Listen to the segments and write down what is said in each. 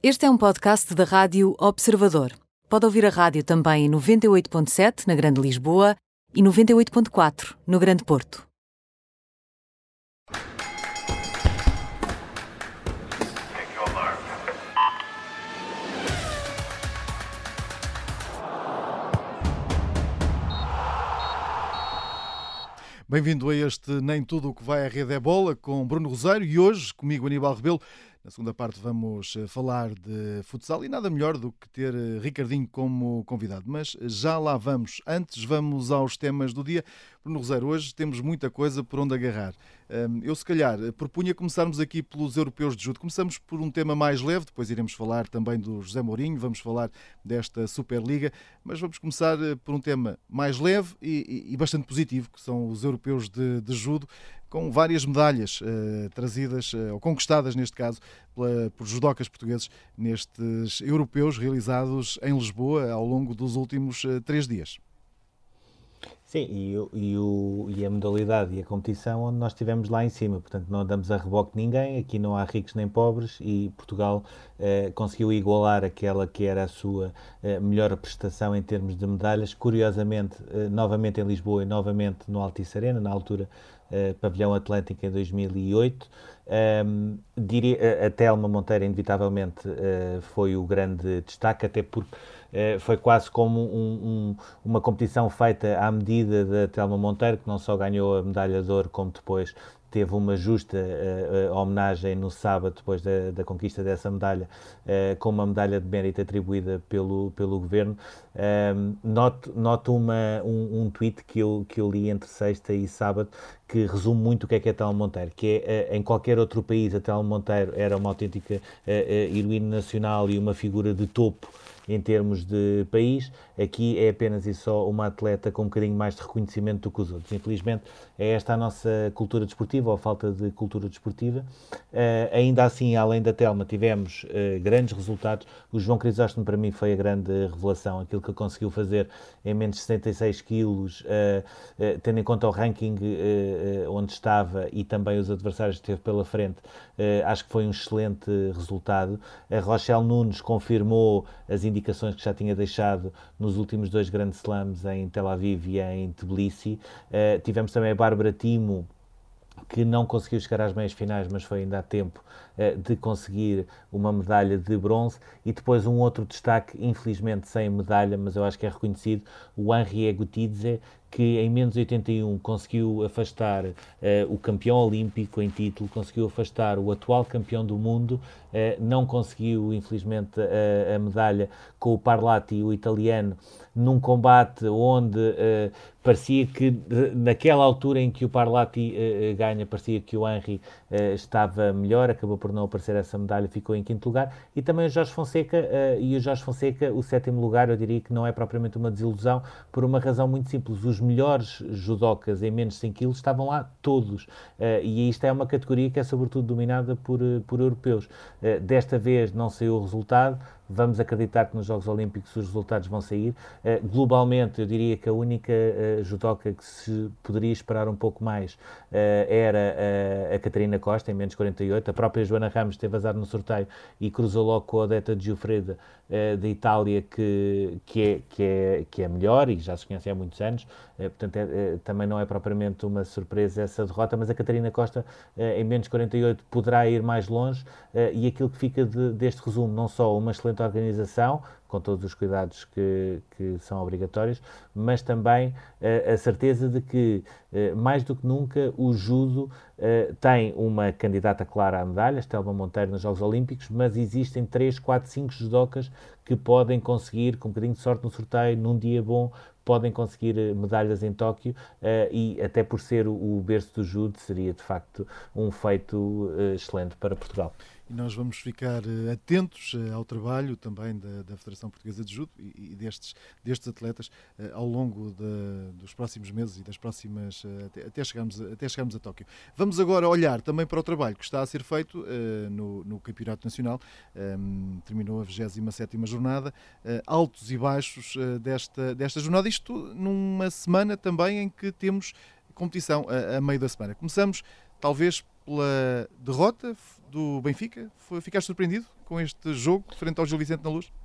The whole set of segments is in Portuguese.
Este é um podcast da Rádio Observador. Pode ouvir a rádio também em 98.7 na Grande Lisboa e 98.4 no Grande Porto. Bem-vindo a este Nem Tudo o que vai à rede é bola, com Bruno Rosário, e hoje, comigo, Aníbal Rebelo. Na segunda parte vamos falar de futsal e nada melhor do que ter Ricardinho como convidado. Mas já lá vamos. Antes vamos aos temas do dia. Bruno Rosário, hoje temos muita coisa por onde agarrar. Eu, se calhar, propunha começarmos aqui pelos europeus de judo. Começamos por um tema mais leve, depois iremos falar também do José Mourinho, vamos falar desta Superliga, mas vamos começar por um tema mais leve e bastante positivo, que são os europeus de judo, com várias medalhas trazidas, ou conquistadas neste caso, por judocas portugueses nestes europeus realizados em Lisboa ao longo dos últimos 3 dias. Sim, e a modalidade e a competição onde nós estivemos lá em cima, portanto não andamos a reboque de ninguém, aqui não há ricos nem pobres, e Portugal conseguiu igualar aquela que era a sua melhor prestação em termos de medalhas, curiosamente, novamente em Lisboa e novamente no Altice Arena, na altura Pavilhão Atlântico em 2008. A Telma Monteiro, inevitavelmente, foi o grande destaque, até porque foi quase como uma competição feita à medida da Telma Monteiro, que não só ganhou a medalha de ouro, como depois teve uma justa homenagem no sábado, depois da conquista dessa medalha, com uma medalha de mérito atribuída pelo Governo. Noto um tweet que eu li entre sexta e sábado, que resume muito o que é a Telma Monteiro, que é, em qualquer outro país, a Telma Monteiro era uma autêntica heroína nacional e uma figura de topo em termos de país. Aqui é apenas e só uma atleta com um bocadinho mais de reconhecimento do que os outros. Infelizmente, é esta a nossa cultura desportiva, ou a falta de cultura desportiva. Ainda assim, além da Telma, tivemos grandes resultados. O João Crisóstomo, para mim, foi a grande revelação. Aquilo que ele conseguiu fazer em menos de 76 quilos, tendo em conta o ranking onde estava e também os adversários que teve pela frente, acho que foi um excelente resultado. A Rochelle Nunes confirmou as indicações que já tinha deixado nos últimos 2 grandes slams em Tel Aviv e em Tbilisi. Tivemos também a Bárbara Timo, que não conseguiu chegar às meias finais, mas foi ainda a tempo de conseguir uma medalha de bronze. E depois um outro destaque, infelizmente sem medalha, mas eu acho que é reconhecido, o Henri Egutidze, que em menos 81 conseguiu afastar o campeão olímpico em título, conseguiu afastar o atual campeão do mundo, não conseguiu, infelizmente, a medalha com o Parlati, o italiano, num combate onde parecia que, naquela altura em que o Parlati ganha, parecia que o Henri estava melhor, acabou por não aparecer essa medalha, ficou em 5º lugar. E também o Jorge Fonseca, o 7º lugar, eu diria que não é propriamente uma desilusão, por uma razão muito simples. Os melhores judocas em menos de 100 kg estavam lá todos, e isto é uma categoria que é sobretudo dominada por europeus. Desta vez não saiu o resultado. Vamos acreditar que nos Jogos Olímpicos os resultados vão sair. Globalmente, eu diria que a única judoca que se poderia esperar um pouco mais era a Catarina Costa, em menos 48. A própria Joana Ramos teve azar no sorteio e cruzou logo com a Odetta Giuffreda, da Itália, que é melhor e já se conhece há muitos anos. Portanto, também não é propriamente uma surpresa essa derrota, mas a Catarina Costa, em menos 48, poderá ir mais longe, e aquilo que fica deste resumo, não só uma excelente organização, com todos os cuidados que são obrigatórios, mas também a certeza de que, mais do que nunca, o judo tem uma candidata clara à medalha, Telma Monteiro, nos Jogos Olímpicos, mas existem 3, 4, 5 judocas que podem conseguir, com um bocadinho de sorte no sorteio, num dia bom, podem conseguir medalhas em Tóquio, e até por ser o berço do judo, seria de facto um feito excelente para Portugal. E nós vamos ficar atentos ao trabalho também da Federação Portuguesa de Judo e destes atletas ao longo dos próximos meses e das próximas, até chegarmos a Tóquio. Vamos agora olhar também para o trabalho que está a ser feito no Campeonato Nacional. Terminou a 27ª jornada, altos e baixos desta jornada, isto numa semana também em que temos competição a meio da semana. Começamos talvez pela derrota do Benfica. Ficaste surpreendido com este jogo, frente ao Gil Vicente na Luz?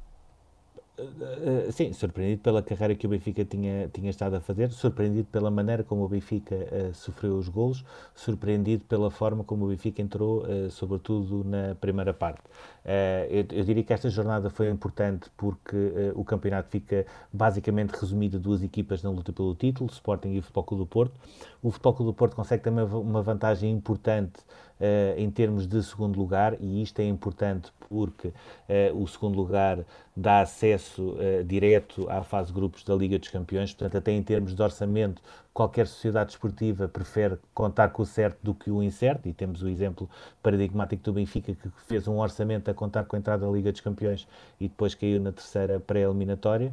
Sim, surpreendido pela carreira que o Benfica tinha estado a fazer, surpreendido pela maneira como o Benfica sofreu os golos, surpreendido pela forma como o Benfica entrou, sobretudo na primeira parte. Eu diria que esta jornada foi importante porque o campeonato fica basicamente resumido a duas equipas na luta pelo título, o Sporting e o Futebol Clube do Porto. O Futebol Clube do Porto consegue também uma vantagem importante em termos de segundo lugar, e isto é importante porque o segundo lugar dá acesso direto à fase de grupos da Liga dos Campeões, portanto até em termos de orçamento qualquer sociedade esportiva prefere contar com o certo do que o incerto, e temos o exemplo paradigmático do Benfica, que fez um orçamento a contar com a entrada da Liga dos Campeões e depois caiu na terceira pré-eliminatória.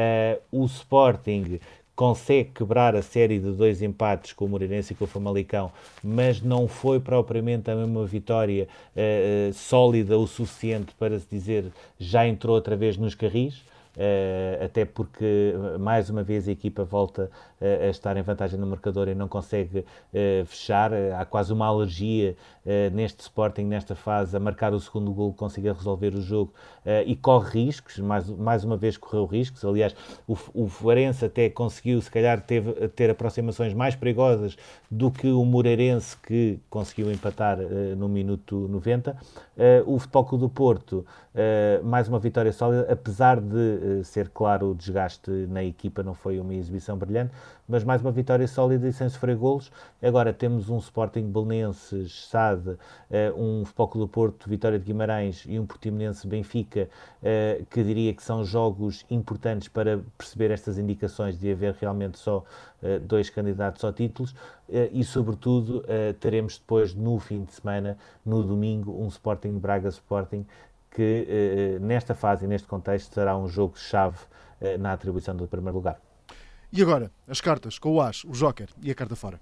O Sporting consegue quebrar a série de 2 empates com o Moreirense e com o Famalicão, mas não foi propriamente a mesma vitória sólida o suficiente para se dizer já entrou outra vez nos carris. Até porque mais uma vez a equipa volta a estar em vantagem no marcador e não consegue fechar. Há quase uma alergia neste Sporting, nesta fase, a marcar o segundo golo, consiga resolver o jogo e corre riscos, mais uma vez correu riscos. Aliás, o Farense até conseguiu, se calhar, ter aproximações mais perigosas do que o Moreirense, que conseguiu empatar no minuto 90. O Futebol Clube do Porto, mais uma vitória sólida, apesar de ser claro o desgaste na equipa, não foi uma exibição brilhante, mas mais uma vitória sólida e sem sofrer golos. Agora temos um Sporting Belenenses, SAD, um Futebol Clube do Porto, Vitória de Guimarães e um Portimonense Benfica, que diria que são jogos importantes para perceber estas indicações de haver realmente só 2 candidatos ao títulos, e sobretudo teremos depois no fim de semana, no domingo, um Sporting Braga Sporting, que nesta fase e neste contexto será um jogo-chave na atribuição do primeiro lugar. E agora, as cartas com o As, o Joker e a carta fora.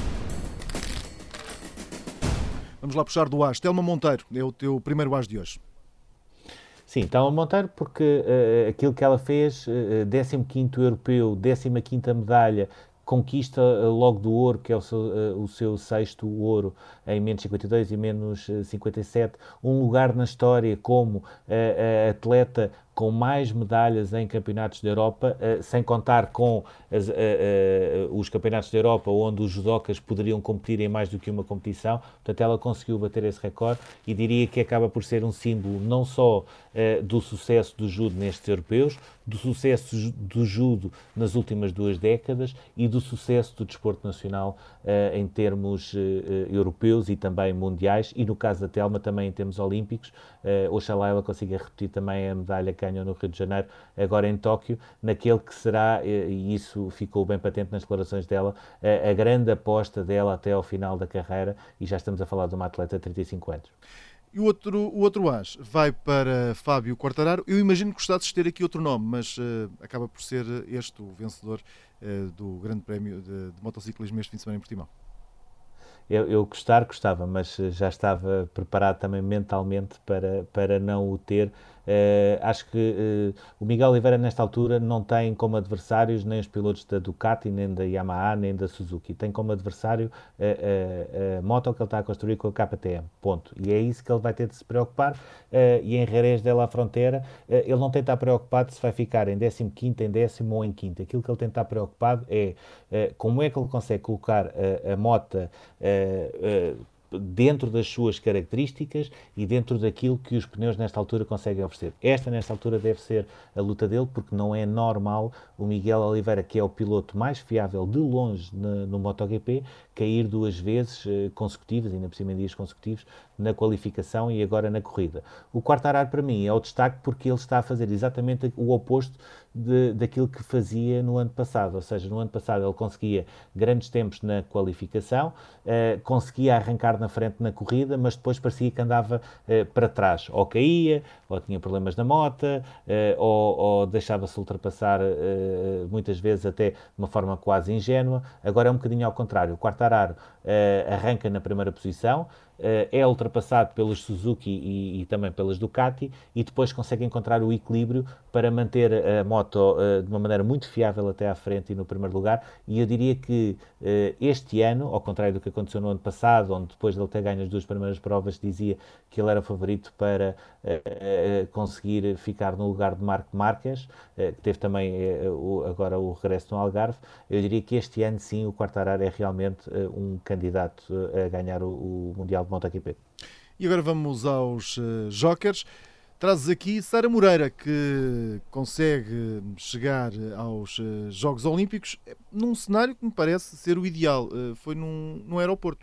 Vamos lá puxar do As. Telma Monteiro é o teu primeiro As de hoje. Sim, Telma Monteiro, porque aquilo que ela fez, 15º europeu, 15ª medalha, conquista logo do ouro, que é o seu 6º ouro em menos 52 e menos 57, um lugar na história como atleta com mais medalhas em campeonatos da Europa, sem contar com os campeonatos da Europa, onde os judocas poderiam competir em mais do que uma competição. Portanto, ela conseguiu bater esse recorde e diria que acaba por ser um símbolo não só do sucesso do judo nestes europeus, do sucesso do judo nas últimas 2 décadas e do sucesso do desporto nacional em termos europeus e também mundiais, e no caso da Telma também em termos olímpicos. Oxalá ela consiga repetir também a medalha que ganhou no Rio de Janeiro, agora em Tóquio, naquele que será, e isso ficou bem patente nas declarações dela, a grande aposta dela até ao final da carreira, e já estamos a falar de uma atleta de 35 anos. E o outro As vai para Fábio Quartararo. Eu imagino que gostasses de ter aqui outro nome, mas acaba por ser este o vencedor do Grande Prémio de Motociclismo este fim de semana em Portimão. Eu gostava, mas já estava preparado também mentalmente para não o ter. Acho que o Miguel Oliveira, nesta altura, não tem como adversários nem os pilotos da Ducati, nem da Yamaha, nem da Suzuki. Tem como adversário a moto que ele está a construir com a KTM. Ponto. E é isso que ele vai ter de se preocupar. E em Jerez de la Frontera, ele não tem de estar preocupado se vai ficar em 15º, em 10º ou em 5º. Aquilo que ele tem de estar preocupado é como é que ele consegue colocar a moto dentro das suas características e dentro daquilo que os pneus nesta altura conseguem oferecer. Nesta altura deve ser a luta dele, porque não é normal o Miguel Oliveira, que é o piloto mais fiável de longe no MotoGP, cair 2 vezes consecutivas, ainda por cima em dias consecutivos, na qualificação e agora na corrida. O Quartararo, para mim, é o destaque porque ele está a fazer exatamente o oposto daquilo que fazia no ano passado. Ou seja, no ano passado ele conseguia grandes tempos na qualificação, conseguia arrancar na frente na corrida, mas depois parecia que andava para trás. Ou caía, ou tinha problemas na moto, ou deixava-se ultrapassar muitas vezes até de uma forma quase ingênua. Agora é um bocadinho ao contrário. O Quartararo arranca na primeira posição, é ultrapassado pelos Suzuki e também pelas Ducati, e depois consegue encontrar o equilíbrio para manter a moto de uma maneira muito fiável até à frente e no primeiro lugar. E eu diria que este ano, ao contrário do que aconteceu no ano passado, onde depois de ele ter ganho as duas primeiras provas dizia que ele era favorito para conseguir ficar no lugar de Marc Márquez, que teve também agora o regresso no Algarve, eu diria que este ano sim o Quartararo é realmente um candidato a ganhar o Mundial de MotoGP. E agora vamos aos jokers. Trazes aqui Sara Moreira, que consegue chegar aos Jogos Olímpicos num cenário que me parece ser o ideal. Foi num aeroporto.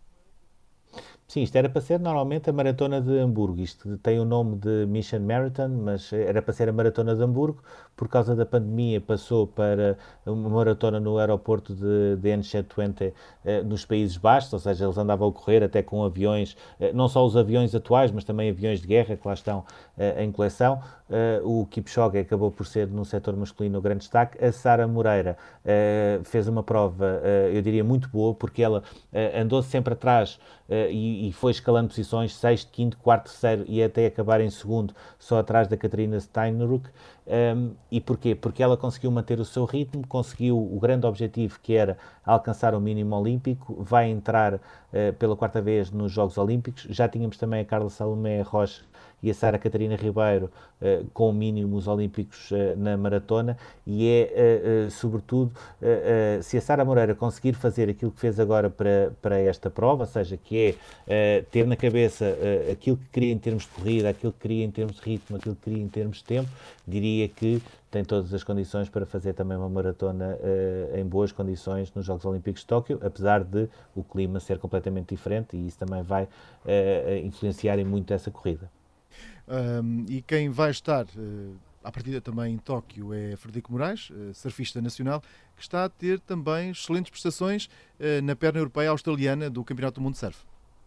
Sim, isto era para ser normalmente a Maratona de Hamburgo. Isto tem o nome de Mission Marathon, mas era para ser a Maratona de Hamburgo. Por causa da pandemia, passou para uma maratona no aeroporto de Enschede nos Países Baixos, ou seja, eles andavam a correr até com aviões, não só os aviões atuais, mas também aviões de guerra que lá estão em coleção. O Kipchoge acabou por ser, no setor masculino, o grande destaque. A Sara Moreira fez uma prova, eu diria, muito boa, porque ela andou sempre atrás e foi escalando posições, sexto, quinto, quarto, terceiro e até acabar em segundo, só atrás da Catarina Steinruck. E porquê? Porque ela conseguiu manter o seu ritmo, conseguiu o grande objetivo que era alcançar o mínimo olímpico, vai entrar pela quarta vez nos Jogos Olímpicos. Já tínhamos também a Carla Salomé Rocha e a Sara Catarina Ribeiro com mínimos olímpicos na maratona, e sobretudo, se a Sara Moreira conseguir fazer aquilo que fez agora para esta prova, ou seja, que é ter na cabeça aquilo que queria em termos de corrida, aquilo que queria em termos de ritmo, aquilo que queria em termos de tempo, diria que tem todas as condições para fazer também uma maratona em boas condições nos Jogos Olímpicos de Tóquio, apesar de o clima ser completamente diferente, e isso também vai influenciar em muito essa corrida. E quem vai estar à partida também em Tóquio é Frederico Moraes, surfista nacional, que está a ter também excelentes prestações na perna europeia australiana do Campeonato do Mundo de Surf.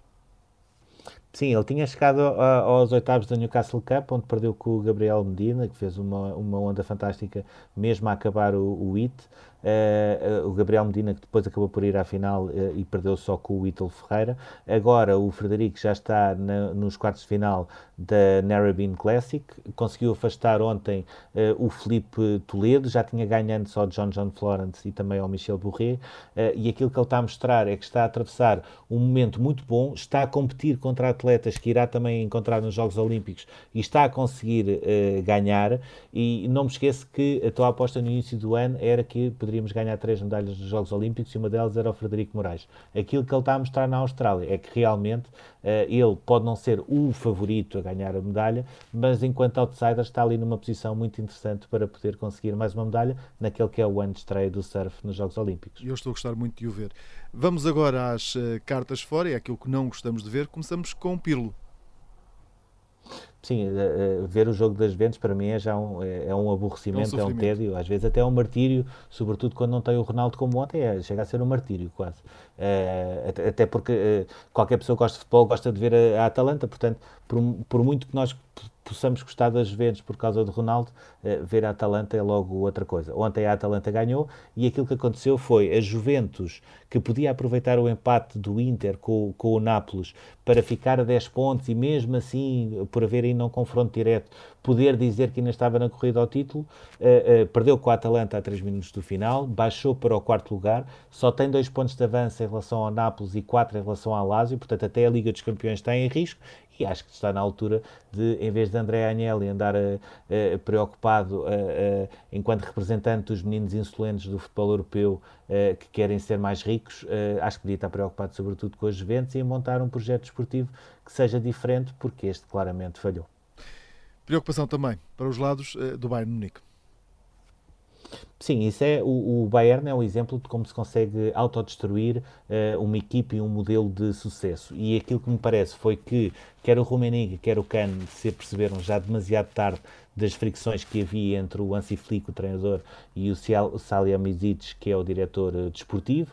Sim, ele tinha chegado aos oitavos da Newcastle Cup, onde perdeu com o Gabriel Medina, que fez uma onda fantástica mesmo a acabar o HIT. O Gabriel Medina, que depois acabou por ir à final e perdeu só com o Ítalo Ferreira. Agora o Frederico já está nos quartos de final da Narrabeen Classic, conseguiu afastar ontem o Filipe Toledo, já tinha ganho antes ao John Florence e também ao Michel Bourret, e aquilo que ele está a mostrar é que está a atravessar um momento muito bom, está a competir contra atletas que irá também encontrar nos Jogos Olímpicos e está a conseguir ganhar. E não me esqueço que a tua aposta no início do ano era que poderíamos ganhar 3 medalhas dos Jogos Olímpicos, e uma delas era o Frederico Moraes. Aquilo que ele está a mostrar na Austrália é que realmente ele pode não ser o favorito a ganhar a medalha, mas enquanto outsider está ali numa posição muito interessante para poder conseguir mais uma medalha naquele que é o ano de estreia do surf nos Jogos Olímpicos. Eu estou a gostar muito de o ver. Vamos agora às cartas fora, é aquilo que não gostamos de ver. Começamos com Pirlo. Sim, ver o jogo das Juventus para mim já um aborrecimento, é um tédio, às vezes até é um martírio, sobretudo quando não tem o Ronaldo como ontem, chega a ser um martírio quase. Até porque qualquer pessoa que gosta de futebol gosta de ver a Atalanta, portanto, por muito que nós possamos gostar das Juventus por causa do Ronaldo, ver a Atalanta é logo outra coisa. Ontem a Atalanta ganhou e aquilo que aconteceu foi a Juventus, que podia aproveitar o empate do Inter com o Nápoles para ficar a 10 pontos e mesmo assim, por haver ainda um confronto direto, poder dizer que ainda estava na corrida ao título, perdeu com a Atalanta a 3 minutos do final, baixou para o quarto lugar, só tem 2 pontos de avanço em relação ao Nápoles e 4 em relação ao Lazio, portanto até a Liga dos Campeões está em risco. E acho que está na altura de, em vez de André Agnelli andar preocupado enquanto representante dos meninos insolentes do futebol europeu que querem ser mais ricos, acho que podia estar preocupado sobretudo com as Juventus e em montar um projeto desportivo que seja diferente, porque este claramente falhou. Preocupação também para os lados do Bayern Munique. Sim, isso o Bayern é um exemplo de como se consegue autodestruir uma equipe e um modelo de sucesso. E aquilo que me parece foi que quer o Rummenigge, quer o Kahn se aperceberam já demasiado tarde das fricções que havia entre o Hansi Flick, o treinador, e o Salihamidzic, que é o diretor desportivo.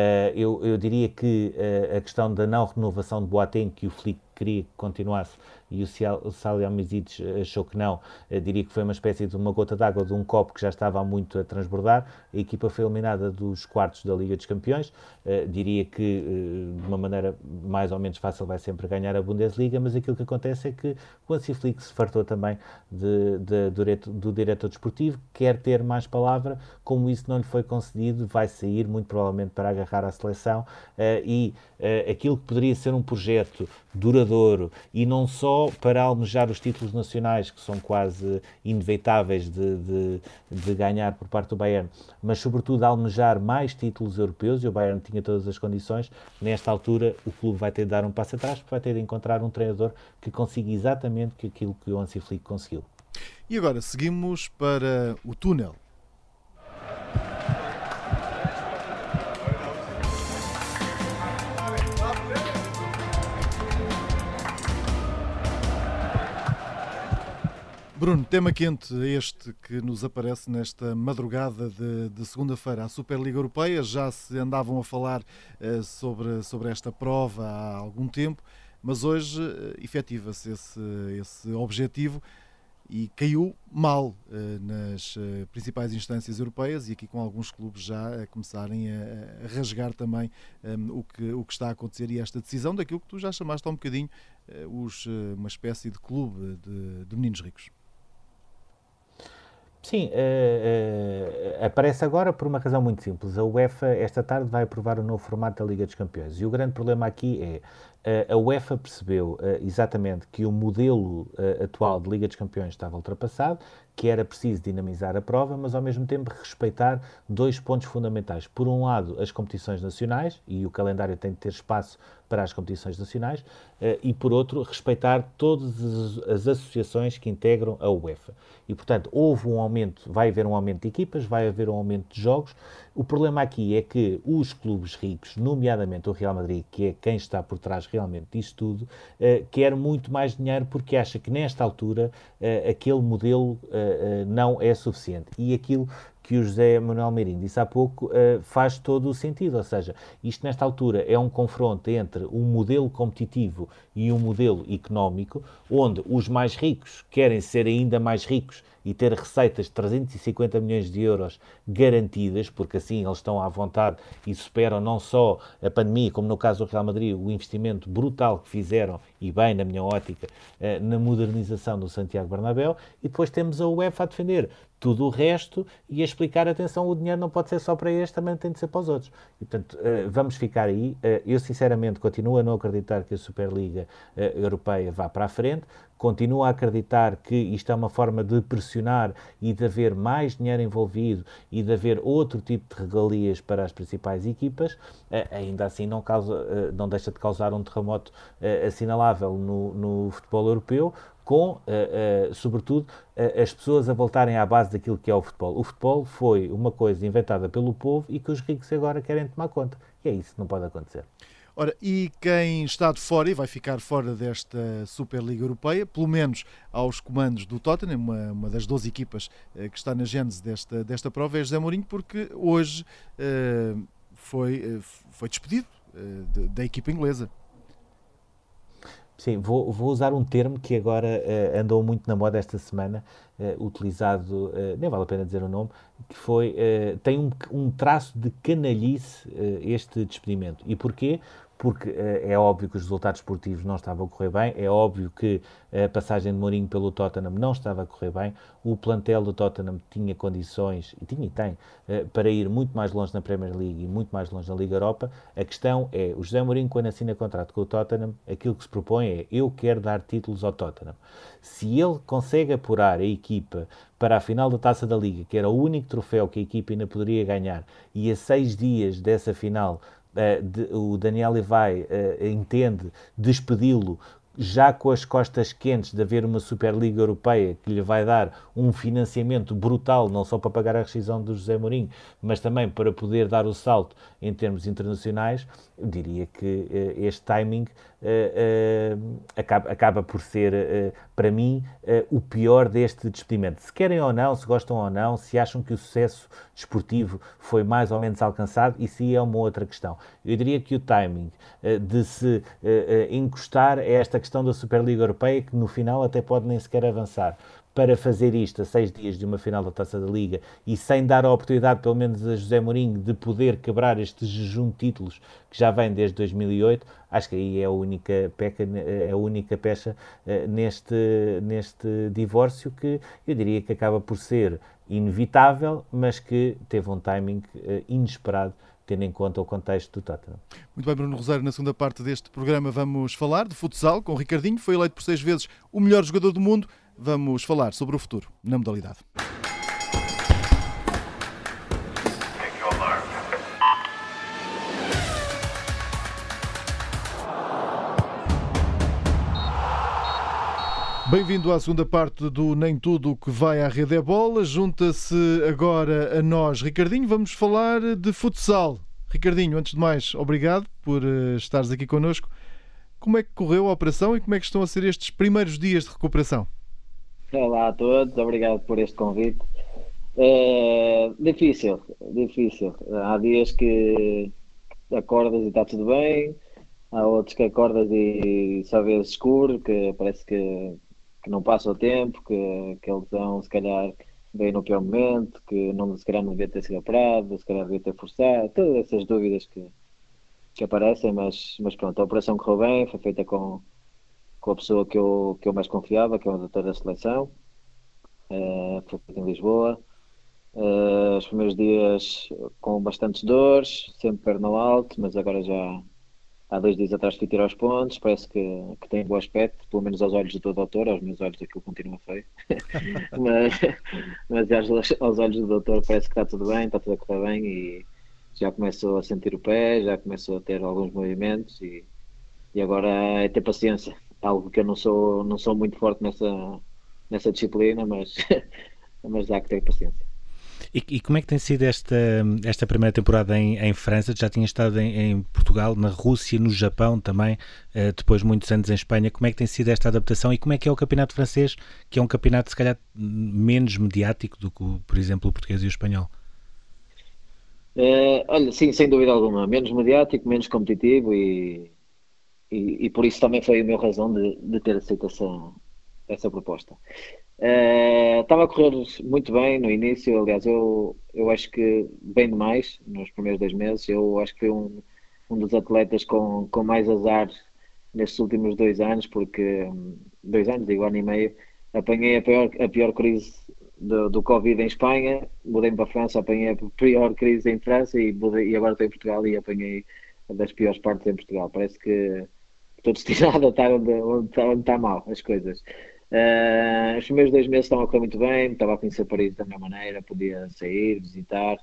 Eu diria que a questão da não renovação de Boateng, que o Flick queria que continuasse e o Salihamidzic achou que não. Diria que foi uma espécie de uma gota d'água de um copo que já estava muito a transbordar. A equipa foi eliminada dos quartos da Liga dos Campeões. Diria que, de uma maneira mais ou menos fácil, vai sempre ganhar a Bundesliga, mas aquilo que acontece é que o Hansi Flick se fartou também do diretor desportivo, quer ter mais palavra, como isso não lhe foi concedido, vai sair muito provavelmente para agarrar a seleção e aquilo que poderia ser um projeto duradouro e não só para almejar os títulos nacionais, que são quase inevitáveis de ganhar por parte do Bayern, mas sobretudo almejar mais títulos europeus, e o Bayern tinha todas as condições. Nesta altura o clube vai ter de dar um passo atrás, porque vai ter de encontrar um treinador que consiga exatamente aquilo que o Hansi Flick conseguiu. E agora seguimos para o túnel. Bruno, tema quente este que nos aparece nesta madrugada de segunda-feira. A Superliga Europeia, já se andavam a falar sobre esta prova há algum tempo, mas hoje efetiva-se esse objetivo e caiu mal nas principais instâncias europeias, e aqui com alguns clubes já a começarem a rasgar também o que está a acontecer, e esta decisão daquilo que tu já chamaste há um bocadinho uma espécie de clube de meninos ricos. Sim, aparece agora por uma razão muito simples. A UEFA esta tarde vai aprovar o novo formato da Liga dos Campeões, e o grande problema aqui é a UEFA percebeu exatamente que o modelo atual de Liga dos Campeões estava ultrapassado, que era preciso dinamizar a prova, mas ao mesmo tempo respeitar dois pontos fundamentais. Por um lado, as competições nacionais, e o calendário tem de ter espaço para as competições nacionais, e por outro, respeitar todas as associações que integram a UEFA. E, portanto, vai haver um aumento de equipas, vai haver um aumento de jogos. O problema aqui é que os clubes ricos, nomeadamente o Real Madrid, que é quem está por trás realmente disto tudo, quer muito mais dinheiro porque acha que nesta altura aquele modelo não é suficiente. E aquilo que o José Manuel Meirinho disse há pouco faz todo o sentido, ou seja, isto nesta altura é um confronto entre um modelo competitivo e um modelo económico, onde os mais ricos querem ser ainda mais ricos e ter receitas de 350 milhões de euros garantidas, porque assim eles estão à vontade e superam não só a pandemia, como no caso do Real Madrid, o investimento brutal que fizeram, e bem, na minha ótica, na modernização do Santiago Bernabéu, e depois temos a UEFA a defender tudo o resto e a explicar, atenção, o dinheiro não pode ser só para este, também tem de ser para os outros. E, portanto, vamos ficar aí. Eu, sinceramente, continuo a não acreditar que a Superliga Europeia vá para a frente, continuo a acreditar que isto é uma forma de pressionar e de haver mais dinheiro envolvido e de haver outro tipo de regalias para as principais equipas. Ainda assim não deixa de causar um terremoto assinalável no futebol europeu, com, sobretudo, as pessoas a voltarem à base daquilo que é o futebol. O futebol foi uma coisa inventada pelo povo e que os ricos agora querem tomar conta. E é isso, não pode acontecer. Ora, e quem está de fora e vai ficar fora desta Superliga Europeia, pelo menos aos comandos do Tottenham, uma das 12 equipas que está na gênese desta prova, é José Mourinho, porque hoje foi despedido da equipa inglesa. Sim, vou usar um termo que agora andou muito na moda esta semana, utilizado, nem vale a pena dizer o nome, que tem um traço de canalhice este despedimento. E porquê? Porque é óbvio que os resultados esportivos não estavam a correr bem, é óbvio que a passagem de Mourinho pelo Tottenham não estava a correr bem, o plantel do Tottenham tinha condições, e tem, para ir muito mais longe na Premier League e muito mais longe na Liga Europa. A questão é, o José Mourinho, quando assina contrato com o Tottenham, aquilo que se propõe é, eu quero dar títulos ao Tottenham. Se ele consegue apurar a equipa para a final da Taça da Liga, que era o único troféu que a equipa ainda poderia ganhar, e a 6 dias dessa final o Daniel Levy entende despedi-lo já com as costas quentes de haver uma Superliga Europeia que lhe vai dar um financiamento brutal, não só para pagar a rescisão do José Mourinho, mas também para poder dar o salto em termos internacionais, eu diria que este timing acaba por ser para mim, o pior deste despedimento. Se querem ou não, se gostam ou não, se acham que o sucesso desportivo foi mais ou menos alcançado, isso aí é uma outra questão. Eu diria que o timing de se encostar a esta questão da Superliga Europeia, que no final até pode nem sequer avançar, para fazer isto a 6 dias de uma final da Taça da Liga e sem dar a oportunidade, pelo menos a José Mourinho, de poder quebrar este jejum de títulos que já vem desde 2008, acho que aí é a única pecha neste divórcio, que eu diria que acaba por ser inevitável, mas que teve um timing inesperado, tendo em conta o contexto do Tottenham. Muito bem, Bruno Rosário, na segunda parte deste programa vamos falar de futsal com o Ricardinho, foi eleito por 6 vezes o melhor jogador do mundo. Vamos falar sobre o futuro na modalidade. Bem-vindo à segunda parte do Nem Tudo o que vai à rede é bola. Junta-se agora a nós, Ricardinho. Vamos falar de futsal. Ricardinho, antes de mais, obrigado por estares aqui connosco. Como é que correu a operação e como é que estão a ser estes primeiros dias de recuperação? Olá a todos, obrigado por este convite. Difícil. Há dias que acordas e está tudo bem, há outros que acordas e só vês escuro, que parece que não passa o tempo, que a lesão se calhar veio no pior momento, que não, se calhar não devia ter sido operado, se calhar devia ter forçado, todas essas dúvidas que aparecem, mas pronto, a operação correu bem, foi feita com a pessoa que eu mais confiava, que é o doutor da seleção, foi feito em Lisboa. Os primeiros dias com bastantes dores, sempre perna ao alto, mas agora já há 2 dias atrás fui tirar os pontos, parece que tem bom aspecto, pelo menos aos olhos do doutor, aos meus olhos aquilo continua feio, mas aos olhos do doutor parece que está tudo bem, está tudo a correr bem e já começou a sentir o pé, já começou a ter alguns movimentos e agora é ter paciência. Algo que eu não sou muito forte nessa disciplina, mas há que ter paciência. E como é que tem sido esta primeira temporada em França? Já tinha estado em Portugal, na Rússia, no Japão também, depois de muitos anos em Espanha. Como é que tem sido esta adaptação e como é que é o campeonato francês, que é um campeonato se calhar menos mediático do que, por exemplo, o português e o espanhol? Olha, sim, sem dúvida alguma. Menos mediático, menos competitivo e por isso também foi a minha razão de ter aceito essa proposta. Estava a correr muito bem no início, aliás, eu acho que bem demais nos primeiros 2 meses. Eu acho que fui um dos atletas com mais azar nestes últimos 2 anos, porque 2 anos, digo, 1 ano e meio, apanhei a pior crise do Covid em Espanha, mudei-me para a França, apanhei a pior crise em França e agora estou em Portugal e apanhei das piores partes em Portugal. Parece que estou destinado a estar onde está mal as coisas. Os primeiros 2 meses estavam a correr muito bem, estava a conhecer Paris da minha maneira, podia sair, visitar.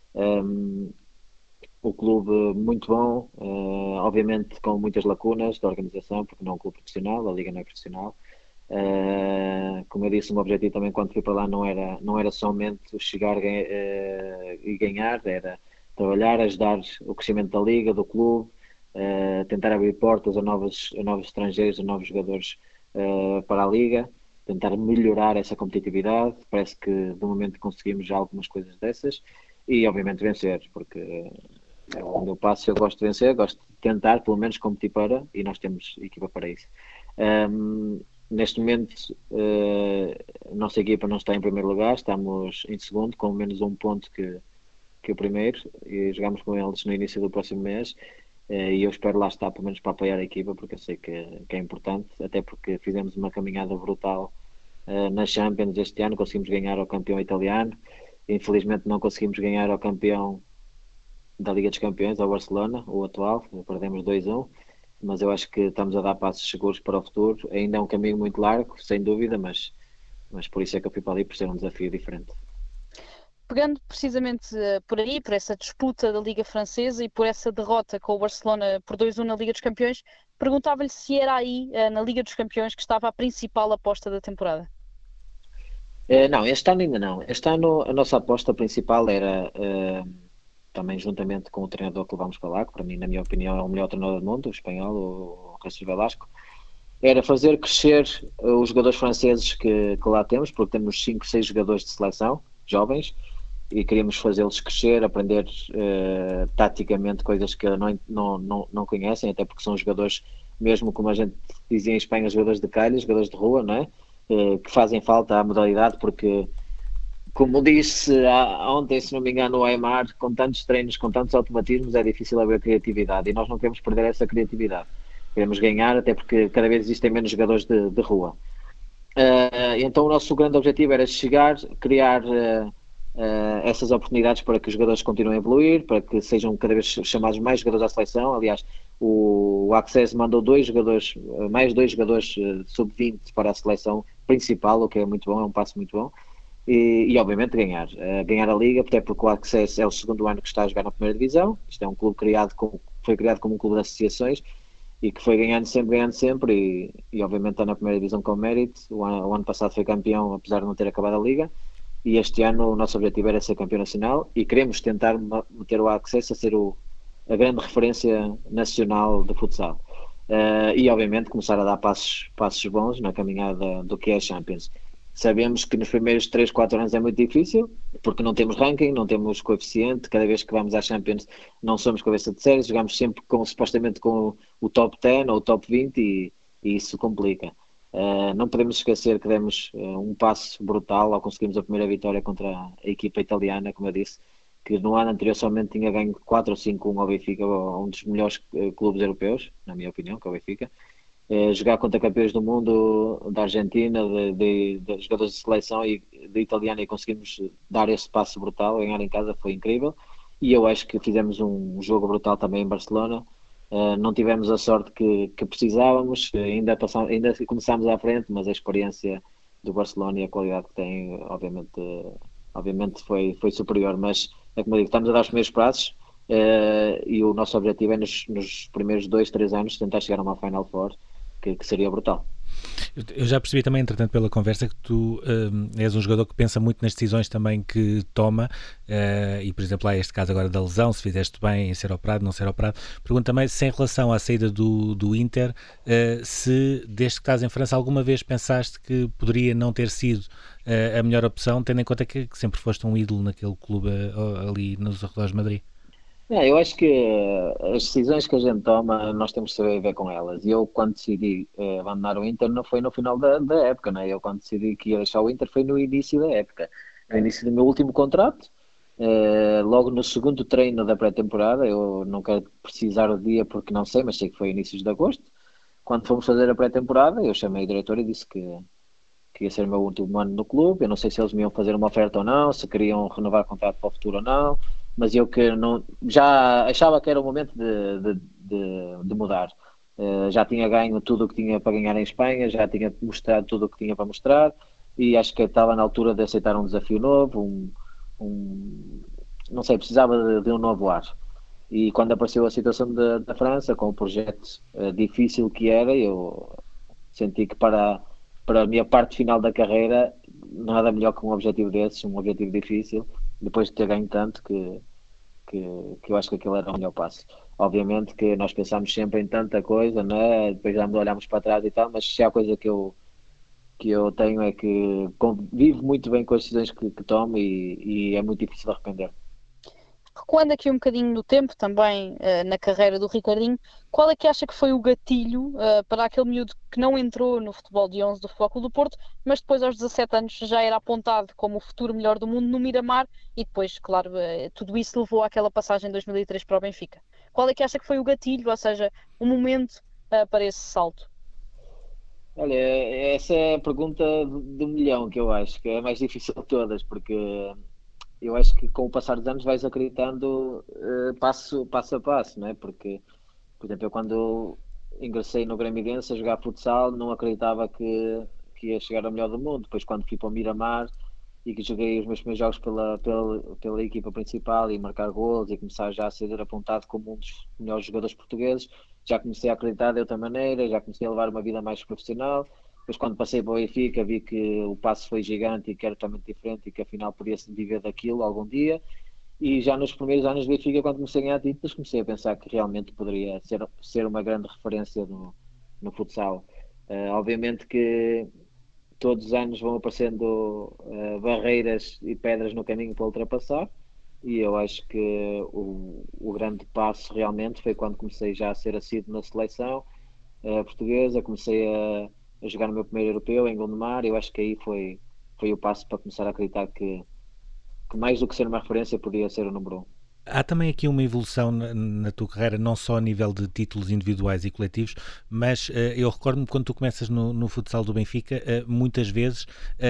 O clube muito bom, obviamente com muitas lacunas da organização, porque não é um clube profissional, a liga não é profissional. Como eu disse, o meu objetivo também quando fui para lá não era somente chegar e ganhar, era trabalhar, ajudar o crescimento da liga, do clube, tentar abrir portas a novos estrangeiros, a novos jogadores para a liga, tentar melhorar essa competitividade. Parece que de momento conseguimos já algumas coisas dessas e obviamente vencer, porque onde eu passo eu gosto de vencer, gosto de tentar pelo menos competir para, e nós temos equipa para isso. Neste momento a nossa equipa não está em primeiro lugar, estamos em segundo com menos 1 ponto que o primeiro e jogamos com eles no início do próximo mês. E eu espero lá estar pelo menos para apoiar a equipa, porque eu sei que é importante, até porque fizemos uma caminhada brutal nas Champions este ano, conseguimos ganhar ao campeão italiano, infelizmente não conseguimos ganhar ao campeão da Liga dos Campeões, ao Barcelona, o atual, perdemos 2-1, mas eu acho que estamos a dar passos seguros para o futuro. Ainda é um caminho muito largo, sem dúvida, mas por isso é que eu fui para ali, por ser um desafio diferente. Pegando precisamente por aí, por essa disputa da Liga Francesa e por essa derrota com o Barcelona por 2-1 na Liga dos Campeões, perguntava-lhe se era aí, na Liga dos Campeões, que estava a principal aposta da temporada. Não, este ano ainda não. Este ano a nossa aposta principal era, também juntamente com o treinador que levámos para lá, que para mim, na minha opinião, é o melhor treinador do mundo, o espanhol, o Jesus Velasco, era fazer crescer os jogadores franceses que lá temos, porque temos 5, 6 jogadores de seleção, jovens, e queríamos fazê-los crescer, aprender taticamente coisas que não conhecem, até porque são jogadores, mesmo como a gente dizia em Espanha, jogadores de calha, jogadores de rua, não é? Que fazem falta à modalidade, porque, como disse ontem, se não me engano, o Aimar, com tantos treinos, com tantos automatismos, é difícil haver criatividade, e nós não queremos perder essa criatividade. Queremos ganhar, até porque cada vez existem menos jogadores de rua. Então o nosso grande objetivo era chegar, criar essas oportunidades para que os jogadores continuem a evoluir, para que sejam cada vez chamados mais jogadores à seleção. Aliás, o Access mandou mais dois jogadores sub-20 para a seleção principal, o que é muito bom, é um passo muito bom. E obviamente ganhar a Liga, até porque o Access é o segundo ano que está a jogar na primeira divisão. Isto é um clube foi criado como um clube de associações e que foi ganhando sempre e obviamente está na primeira divisão com mérito. O ano passado foi campeão, apesar de não ter acabado a Liga, e este ano o nosso objetivo era ser campeão nacional e queremos tentar meter o Access a ser a grande referência nacional de futsal. E obviamente começar a dar passos bons na caminhada do que é a Champions. Sabemos que nos primeiros 3, 4 anos é muito difícil, porque não temos ranking, não temos coeficiente, cada vez que vamos à Champions não somos cabeça de série, jogamos sempre supostamente com o top 10 ou o top 20 e isso complica. Não podemos esquecer que demos um passo brutal ao conseguirmos a primeira vitória contra a equipa italiana, como eu disse, que no ano anterior somente tinha ganho 4 ou 5-1 ao Benfica, um dos melhores clubes europeus, na minha opinião, que é o Benfica. Jogar contra campeões do mundo da Argentina, de jogadores de seleção e de italiana, e conseguimos dar esse passo brutal, ganhar em casa, foi incrível. E eu acho que fizemos um jogo brutal também em Barcelona. Não tivemos a sorte que precisávamos, ainda começámos à frente, mas a experiência do Barcelona e a qualidade que tem, obviamente foi superior. Mas é como eu digo, estamos a dar os primeiros passos. E o nosso objetivo é nos primeiros 2, 3 anos tentar chegar a uma Final Four, que seria brutal. Eu já percebi também, entretanto, pela conversa, que tu és um jogador que pensa muito nas decisões também que toma, e por exemplo há este caso agora da lesão, se fizeste bem em ser operado, não ser operado. Pergunto também se, em relação à saída do Inter, se desde que estás em França alguma vez pensaste que poderia não ter sido a melhor opção, tendo em conta que sempre foste um ídolo naquele clube ali nos arredores de Madrid. Eu acho que as decisões que a gente toma, nós temos que saber viver com elas. E eu, quando decidi abandonar o Inter, não foi no final da época, né? Eu, quando decidi que ia deixar o Inter, foi no início da época. No início do meu último contrato, logo no segundo treino da pré-temporada. Eu não quero precisar o dia porque não sei, mas sei que foi inícios de agosto. Quando fomos fazer a pré-temporada, eu chamei o diretor e disse que ia ser o meu último ano no clube. Eu não sei se eles me iam fazer uma oferta ou não, se queriam renovar o contrato para o futuro ou não. Mas eu que não, já achava que era o momento de mudar. Já tinha ganho tudo o que tinha para ganhar em Espanha, já tinha mostrado tudo o que tinha para mostrar e acho que estava na altura de aceitar um desafio novo, não sei, precisava de um novo ar. E quando apareceu a situação da França, com o projeto difícil que era, eu senti que para a minha parte final da carreira, nada melhor que um objetivo desses, um objetivo difícil, depois de ter ganho tanto, que eu acho que aquilo era o melhor passo. Obviamente que nós pensámos sempre em tanta coisa, né? Depois já olhámos para trás e tal, mas se há coisa que eu tenho é que vivo muito bem com as decisões que tomo e é muito difícil de arrepender. Recuando aqui um bocadinho no tempo, também na carreira do Ricardinho, qual é que acha que foi o gatilho para aquele miúdo que não entrou no futebol de 11 do Futebol Clube do Porto, mas depois aos 17 anos já era apontado como o futuro melhor do mundo no Miramar e depois, claro, tudo isso levou àquela passagem em 2003 para o Benfica. Qual é que acha que foi o gatilho, ou seja, o momento para esse salto? Olha, essa é a pergunta do milhão, que eu acho que é a mais difícil de todas, porque eu acho que com o passar dos anos vais acreditando passo a passo, não é? Porque, por exemplo, eu quando ingressei no Grêmio-Dense a jogar futsal não acreditava que ia chegar ao melhor do mundo. Depois quando fui para o Miramar e que joguei os meus primeiros jogos pela equipa principal e marcar gols e começar já a ser apontado como um dos melhores jogadores portugueses, já comecei a acreditar de outra maneira, já comecei a levar uma vida mais profissional. Depois quando passei para o Benfica vi que o passo foi gigante e que era totalmente diferente e que afinal podia-se viver daquilo algum dia. E já nos primeiros anos do Benfica, quando comecei a ganhar títulos, comecei a pensar que realmente poderia ser uma grande referência no futsal. Obviamente que todos os anos vão aparecendo barreiras e pedras no caminho para ultrapassar, e eu acho que o grande passo realmente foi quando comecei já a ser assíduo na seleção portuguesa, comecei a jogar no meu primeiro europeu em Gondomar. Eu acho que aí foi o passo para começar a acreditar que mais do que ser uma referência podia ser o número 1. Há também aqui uma evolução na tua carreira, não só a nível de títulos individuais e coletivos, mas eu recordo-me quando tu começas no futsal do Benfica, muitas vezes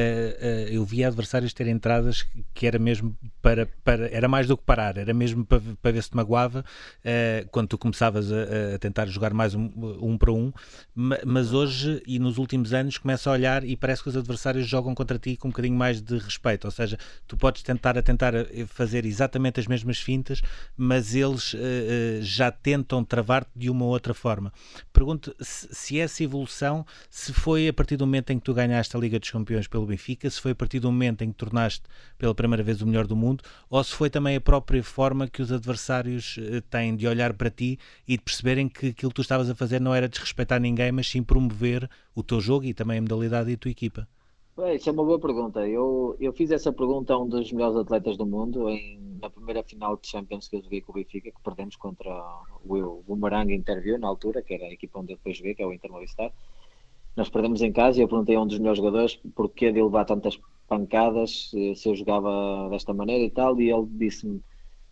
eu via adversários terem entradas que era mesmo era mais do que parar, era mesmo para ver se te magoava, quando tu começavas a tentar jogar mais um para um, mas hoje e nos últimos anos começa a olhar e parece que os adversários jogam contra ti com um bocadinho mais de respeito, ou seja, tu podes tentar fazer exatamente as mesmas fintas, mas eles já tentam travar-te de uma outra forma. Pergunto se essa evolução, se foi a partir do momento em que tu ganhaste a Liga dos Campeões pelo Benfica, se foi a partir do momento em que tornaste pela primeira vez o melhor do mundo, ou se foi também a própria forma que os adversários têm de olhar para ti e de perceberem que aquilo que tu estavas a fazer não era desrespeitar ninguém, mas sim promover o teu jogo e também a modalidade e a tua equipa. Isso é uma boa pergunta. Eu fiz essa pergunta a um dos melhores atletas do mundo na primeira final de Champions que eu joguei com o Benfica, que perdemos contra o Boomerang Interview na altura, que era a equipa onde eu depois joguei, que é o Inter Movistar. Nós perdemos em casa e eu perguntei a um dos melhores jogadores porquê de levar tantas pancadas, se eu jogava desta maneira e tal, e ele disse-me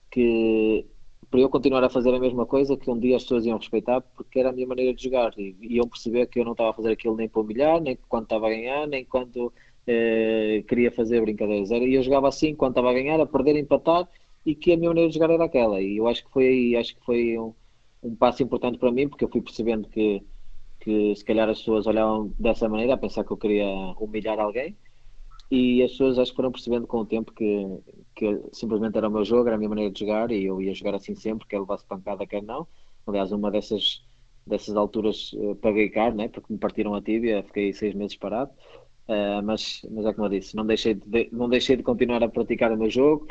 que para eu continuar a fazer a mesma coisa, que um dia as pessoas iam respeitar porque era a minha maneira de jogar e iam perceber que eu não estava a fazer aquilo nem para humilhar, nem quando estava a ganhar, nem quando queria fazer brincadeiras. E eu jogava assim quando estava a ganhar, a perder, a empatar, e que a minha maneira de jogar era aquela. E eu acho que foi um passo importante para mim, porque eu fui percebendo que se calhar as pessoas olhavam dessa maneira, a pensar que eu queria humilhar alguém. E as pessoas acho que foram percebendo com o tempo que simplesmente era o meu jogo, era a minha maneira de jogar, e eu ia jogar assim sempre, quer levasse pancada, quer não. Aliás, uma dessas alturas paguei caro, né, porque me partiram a tíbia, fiquei 6 meses parado. Mas é como eu disse, não deixei de continuar a praticar o meu jogo,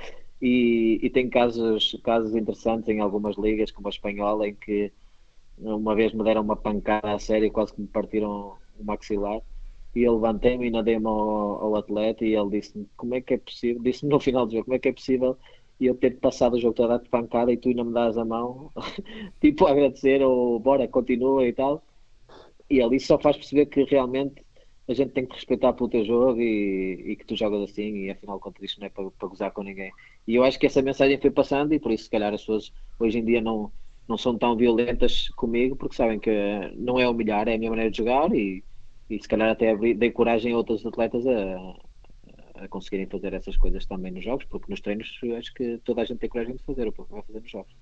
e tem casos interessantes em algumas ligas, como a espanhola, em que uma vez me deram uma pancada a sério, quase que me partiram o maxilar. E eu levantei-me e nadei-me ao atleta, e ele disse-me como é que é possível, disse-me no final do jogo, como é que é possível eu ter passado o jogo todo a dar-te pancada e tu ainda me dás a mão, tipo a agradecer, ou bora, continua e tal. E ele só faz perceber que realmente a gente tem que respeitar pelo teu jogo, e que tu jogas assim, e afinal contra isto não é para gozar com ninguém. E eu acho que essa mensagem foi passando, e por isso se calhar as pessoas hoje em dia não são tão violentas comigo, porque sabem que não é humilhar, é a minha maneira de jogar, e se calhar até dei coragem a outros atletas a conseguirem fazer essas coisas também nos jogos, porque nos treinos acho que toda a gente tem coragem de fazer o que vai fazer nos jogos.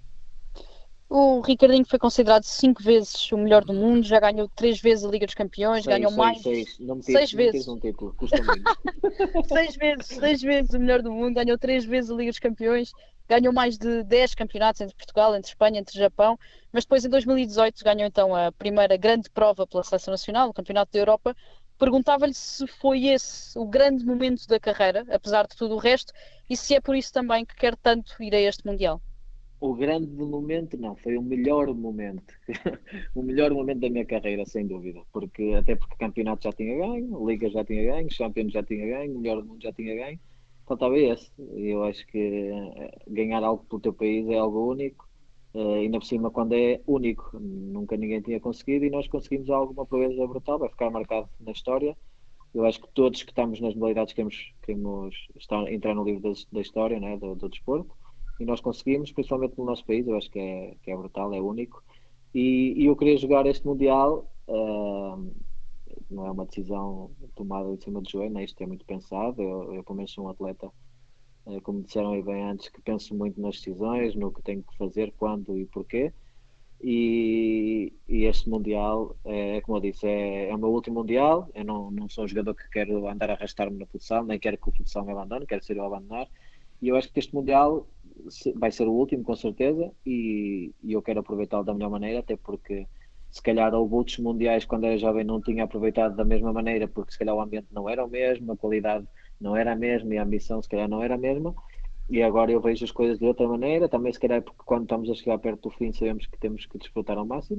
O Ricardinho foi considerado 5 vezes o melhor do mundo, já ganhou 3 vezes a Liga dos Campeões, ganhou mais. 6 vezes. Um título, custa muito. 6 vezes o melhor do mundo, ganhou 3 vezes a Liga dos Campeões, ganhou mais de 10 campeonatos entre Portugal, entre Espanha, entre Japão, mas depois em 2018 ganhou então a primeira grande prova pela Seleção Nacional, o Campeonato da Europa. Perguntava-lhe se foi esse o grande momento da carreira, apesar de tudo o resto, e se é por isso também que quer tanto ir a este Mundial. O grande momento não, foi o melhor momento. O melhor momento da minha carreira, sem dúvida. Até porque campeonato já tinha ganho, Liga já tinha ganho, Champions já tinha ganho, o melhor do mundo já tinha ganho. Faltava esse. Eu acho que ganhar algo pelo teu país é algo único. Ainda por cima quando é único. Nunca ninguém tinha conseguido, e nós conseguimos alguma proeza brutal, vai ficar marcado na história. Eu acho que todos que estamos nas modalidades queremos entrar no livro da história, né, do desporto. E nós conseguimos, principalmente no nosso país. Eu acho que é brutal, é único. E eu queria jogar este Mundial, não é uma decisão tomada em cima de joelho, né? Isto é muito pensado. Eu pelo menos sou um atleta, como disseram aí bem antes, que penso muito nas decisões, no que tenho que fazer, quando e porquê. E este Mundial, como eu disse, é o meu último Mundial. Eu não sou um jogador que quero andar a arrastar-me no futsal, nem quero que o futsal me abandone, quero ser eu a abandonar. E eu acho que este Mundial vai ser o último, com certeza, e eu quero aproveitá-lo da melhor maneira, até porque se calhar houve outros mundiais quando era jovem não tinha aproveitado da mesma maneira, porque se calhar o ambiente não era o mesmo, a qualidade não era a mesma, e a ambição se calhar não era a mesma, e agora eu vejo as coisas de outra maneira, também se calhar porque quando estamos a chegar perto do fim sabemos que temos que desfrutar ao máximo,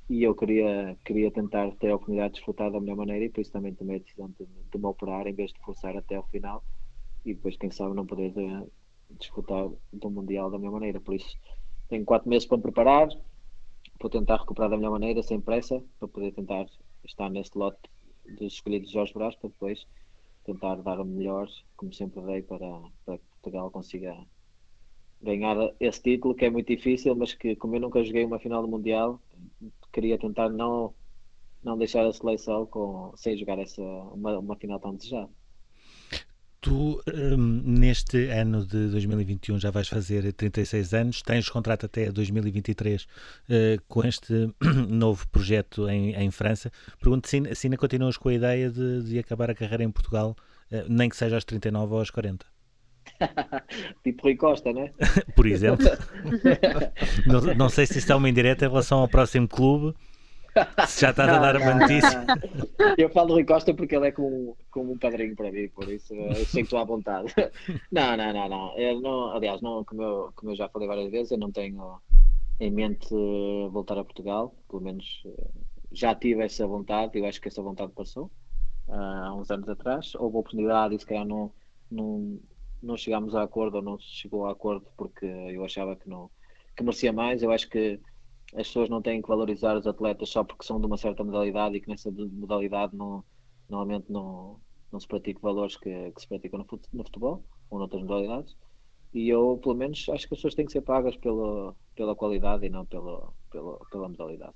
e eu queria tentar ter a oportunidade de desfrutar da melhor maneira, e por isso também tomei a decisão de me operar em vez de forçar até ao final, e depois quem sabe não poder desfrutar do Mundial da melhor maneira. Por isso tenho 4 meses para me preparar, vou tentar recuperar da melhor maneira, sem pressa, para poder tentar estar neste lote dos escolhidos de Jorge Brás, para depois tentar dar o melhor, como sempre dei, para que Portugal consiga ganhar esse título, que é muito difícil, mas que, como eu nunca joguei uma final do Mundial, queria tentar não deixar a seleção sem jogar uma final tão desejada. Tu, neste ano de 2021, já vais fazer 36 anos, tens contrato até 2023 com este novo projeto em França. Pergunto se ainda continuas com a ideia de acabar a carreira em Portugal, nem que seja aos 39 ou aos 40. Tipo Rui Costa, né? Por exemplo. Não sei se isto é uma indireta em relação ao próximo clube. Se já estás a dar uma notícia. Eu falo de Rui Costa porque ele é como um padrinho para mim, por isso eu sei que estou à vontade. Não. Aliás, como eu já falei várias vezes, eu não tenho em mente voltar a Portugal. Pelo menos já tive essa vontade. Eu acho que essa vontade passou há uns anos atrás. Houve oportunidade e se calhar não chegámos a acordo, ou não se chegou a acordo porque eu achava que merecia mais. Eu acho que as pessoas não têm que valorizar os atletas só porque são de uma certa modalidade, e que nessa modalidade normalmente não se pratica valores que se praticam no futebol ou noutras modalidades. E eu, pelo menos, acho que as pessoas têm que ser pagas pela qualidade e não pela modalidade.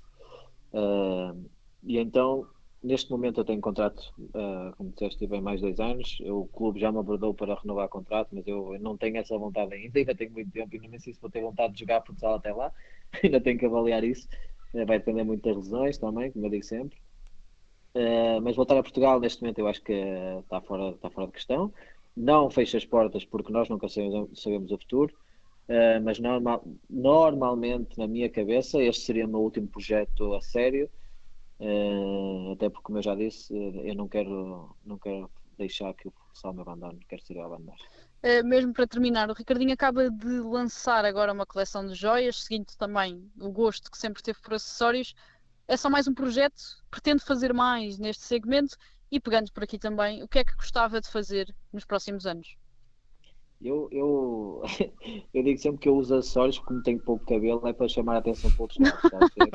E então, neste momento eu tenho contrato, como disseste, tive mais 2 anos. O clube já me abordou para renovar contrato, mas eu não tenho essa vontade ainda tenho muito tempo, ainda nem sei se vou ter vontade de jogar futsal até lá. Ainda tenho que avaliar isso. Vai depender muito das lesões também, como eu digo sempre. Mas voltar a Portugal neste momento eu acho que está fora de questão. Não fecho as portas porque nós nunca sabemos o futuro. Mas normalmente na minha cabeça este seria o meu último projeto a sério. Até porque, como eu já disse, eu não quero deixar que o futsal me abandone, quero ser eu a abandonar. Mesmo para terminar, o Ricardinho acaba de lançar agora uma coleção de joias, seguindo também o gosto que sempre teve por acessórios. É só mais um projeto? Pretende fazer mais neste segmento? E pegando por aqui também, o que é que gostava de fazer nos próximos anos? Eu digo sempre que eu uso acessórios porque como tenho pouco cabelo, é para chamar a atenção para outros lados,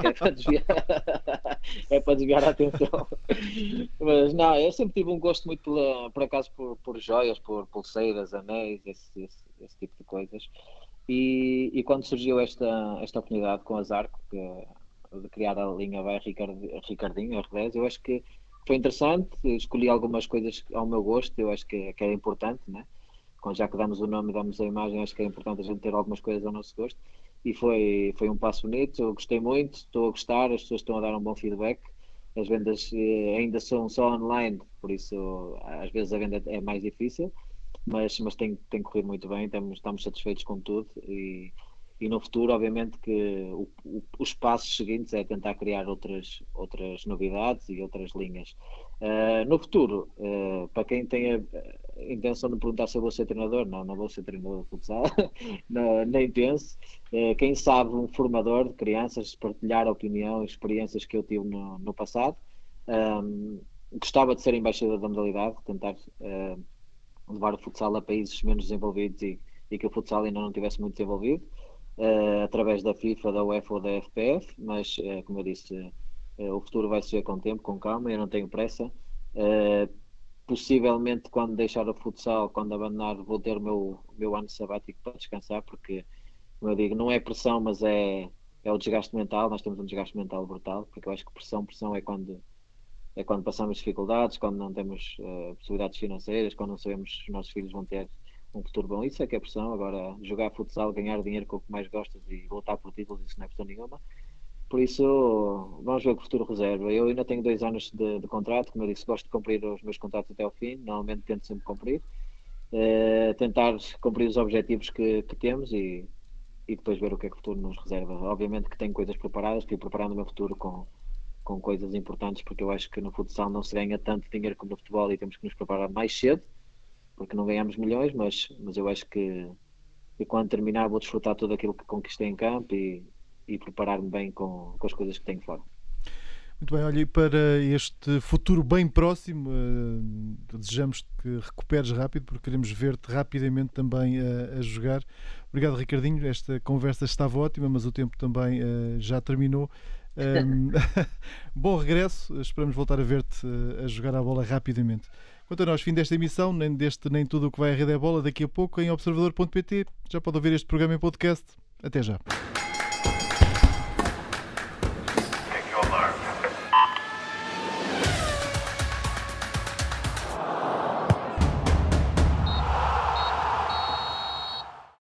é para desviar a atenção. Mas não, eu sempre tive um gosto muito por acaso por joias, por pulseiras, anéis, esse tipo de coisas. E quando surgiu esta oportunidade com a Zarco de criar a linha by Ricardinho, R10, eu acho que foi interessante. Escolhi algumas coisas ao meu gosto, eu acho que era importante, né? Já que damos o nome e damos a imagem, acho que é importante a gente ter algumas coisas ao nosso gosto, e foi um passo bonito. Eu gostei muito, estou a gostar, as pessoas estão a dar um bom feedback. As vendas ainda são só online, por isso às vezes a venda é mais difícil, mas tem corrido muito bem, estamos satisfeitos com tudo, e no futuro obviamente que os passos seguintes é tentar criar outras novidades e outras linhas. No futuro, para quem tem a intenção de perguntar se eu vou ser treinador, não vou ser treinador de futsal, nem penso. Quem sabe um formador de crianças, partilhar a opinião e experiências que eu tive no passado. Gostava de ser embaixador da modalidade, tentar levar o futsal a países menos desenvolvidos e que o futsal ainda não tivesse muito desenvolvido, através da FIFA, da UEFA ou da FPF, mas como eu disse, o futuro vai se ver com o tempo, com calma, eu não tenho pressa. Possivelmente quando deixar o futsal, quando abandonar, vou ter o meu ano sabático para descansar, porque, como eu digo, não é pressão, mas é o desgaste mental. Nós temos um desgaste mental brutal, porque eu acho que pressão é quando passamos dificuldades, quando não temos possibilidades financeiras, quando não sabemos se os nossos filhos vão ter um futuro bom. Isso é que é pressão. Agora, jogar futsal, ganhar dinheiro com o que mais gostas e lutar por títulos, isso não é pressão nenhuma. Por isso, vamos ver o que o futuro reserva. Eu ainda tenho 2 anos de contrato. Como eu disse, gosto de cumprir os meus contratos até ao fim. Normalmente tento sempre cumprir. Tentar cumprir os objetivos que temos e depois ver o que é que o futuro nos reserva. Obviamente que tenho coisas preparadas, estou preparando o meu futuro com coisas importantes, porque eu acho que no futsal não se ganha tanto dinheiro como no futebol e temos que nos preparar mais cedo, porque não ganhamos milhões, mas eu acho que quando terminar vou desfrutar tudo aquilo que conquistei em campo e preparar-me bem com as coisas que tenho fora. Muito bem, olha, e para este futuro bem próximo, desejamos que recuperes rápido, porque queremos ver-te rapidamente também a jogar. Obrigado, Ricardinho. Esta conversa estava ótima, mas o tempo também já terminou. Bom regresso, esperamos voltar a ver-te a jogar a bola rapidamente. Quanto a nós, fim desta emissão, nem tudo o que vai à rede é bola, daqui a pouco em observador.pt. Já pode ouvir este programa em podcast. Até já.